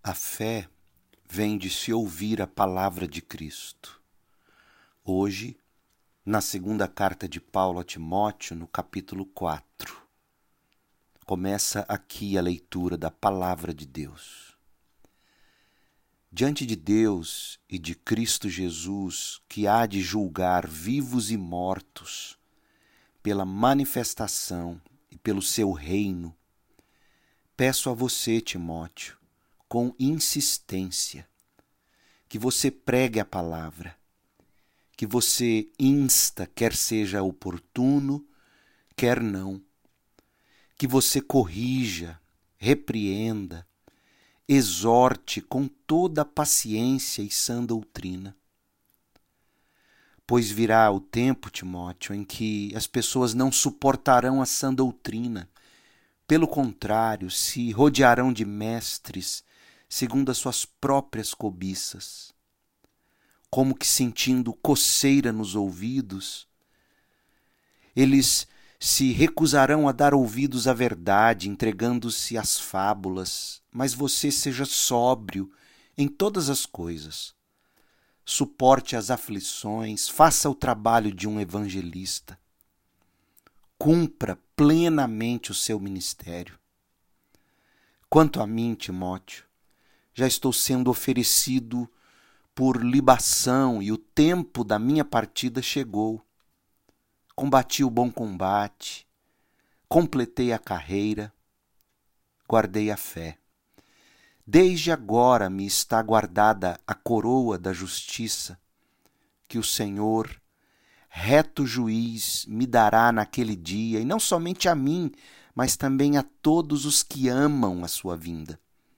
A fé vem de se ouvir a palavra de Cristo. Hoje, na segunda carta de Paulo a Timóteo, no capítulo 4, começa aqui a leitura da palavra de Deus. Diante de Deus e de Cristo Jesus, que há de julgar vivos e mortos, pela manifestação e pelo seu reino, peço a você, Timóteo, com insistência, que você pregue a palavra, que você insta, quer seja oportuno, quer não, que você corrija, repreenda, exorte com toda a paciência e sã doutrina. Pois virá o tempo, Timóteo, em que as pessoas não suportarão a sã doutrina. Pelo contrário, se rodearão de mestres segundo as suas próprias cobiças, como que sentindo coceira nos ouvidos, eles se recusarão a dar ouvidos à verdade, entregando-se às fábulas, mas você seja sóbrio em todas as coisas. Suporte as aflições, faça o trabalho de um evangelista. Cumpra plenamente o seu ministério. Quanto a mim, Timóteo, já estou sendo oferecido por libação e o tempo da minha partida chegou. Combati o bom combate, completei a carreira, guardei a fé. Desde agora me está guardada a coroa da justiça, que o Senhor, reto juiz, me dará naquele dia, e não somente a mim, mas também a todos os que amam a sua vinda.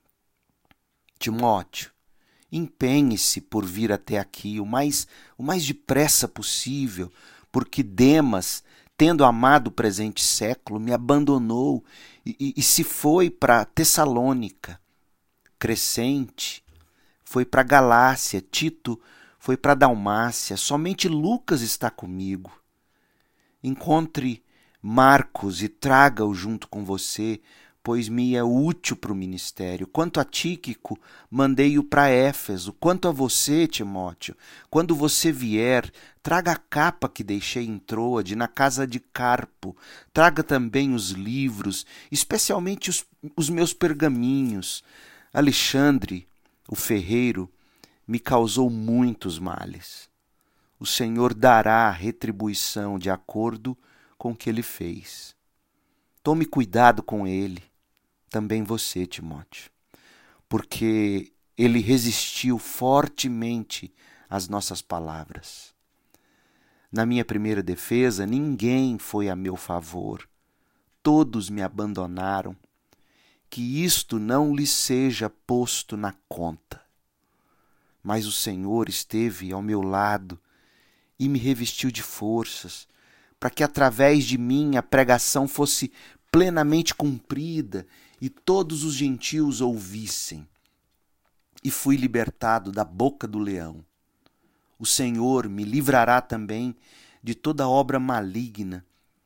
Timóteo, empenhe-se por vir até aqui o mais depressa possível, porque Demas, tendo amado o presente século, me abandonou e se foi para Tessalônica. Crescente foi para Galácia, Tito foi para Dalmácia, somente Lucas está comigo. Encontre Marcos e traga-o junto com você, pois me é útil para o ministério. Quanto a Tíquico, mandei-o para Éfeso. Quanto a você, Timóteo, quando você vier, traga a capa que deixei em Troade, na casa de Carpo. Traga também os livros, especialmente os meus pergaminhos. Alexandre, o ferreiro, me causou muitos males. O Senhor dará retribuição de acordo com o que ele fez. Tome cuidado com ele, também você, Timóteo, porque ele resistiu fortemente às nossas palavras. Na minha primeira defesa, ninguém foi a meu favor. Todos me abandonaram. Que isto não lhe seja posto na conta. Mas o Senhor esteve ao meu lado e me revestiu de forças, para que através de mim a pregação fosse plenamente cumprida e todos os gentios ouvissem. E fui libertado da boca do leão. O Senhor me livrará também de toda obra maligna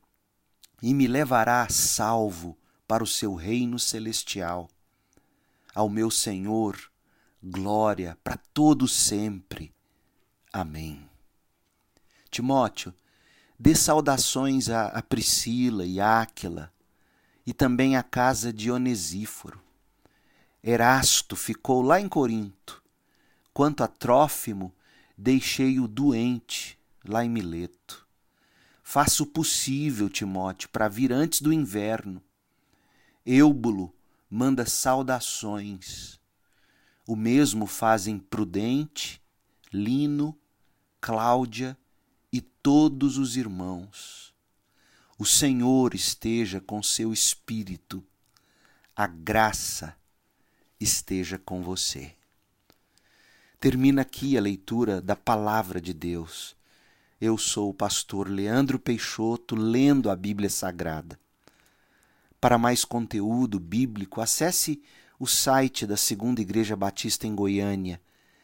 e me levará salvo para o seu reino celestial. Ao meu Senhor, glória para todo sempre. Amém. Timóteo, dê saudações a Priscila e Áquila, e também à casa de Onesíforo. Erasto ficou lá em Corinto. Quanto a Trófimo, deixei-o doente lá em Mileto. Faça o possível, Timóteo, para vir antes do inverno. Eubulo manda saudações. O mesmo fazem Prudente, Lino, Cláudia e todos os irmãos. O Senhor esteja com seu espírito. A graça esteja com você. Termina aqui a leitura da palavra de Deus. Eu sou o pastor Leandro Peixoto, lendo a Bíblia Sagrada. Para mais conteúdo bíblico, acesse o site da Segunda Igreja Batista em Goiânia,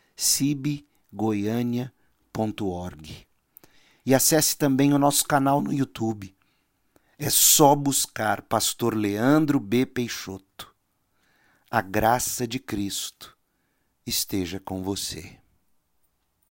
cibgoiania.org. E acesse também o nosso canal no YouTube. É só buscar Pastor Leandro B. Peixoto. A graça de Cristo esteja com você.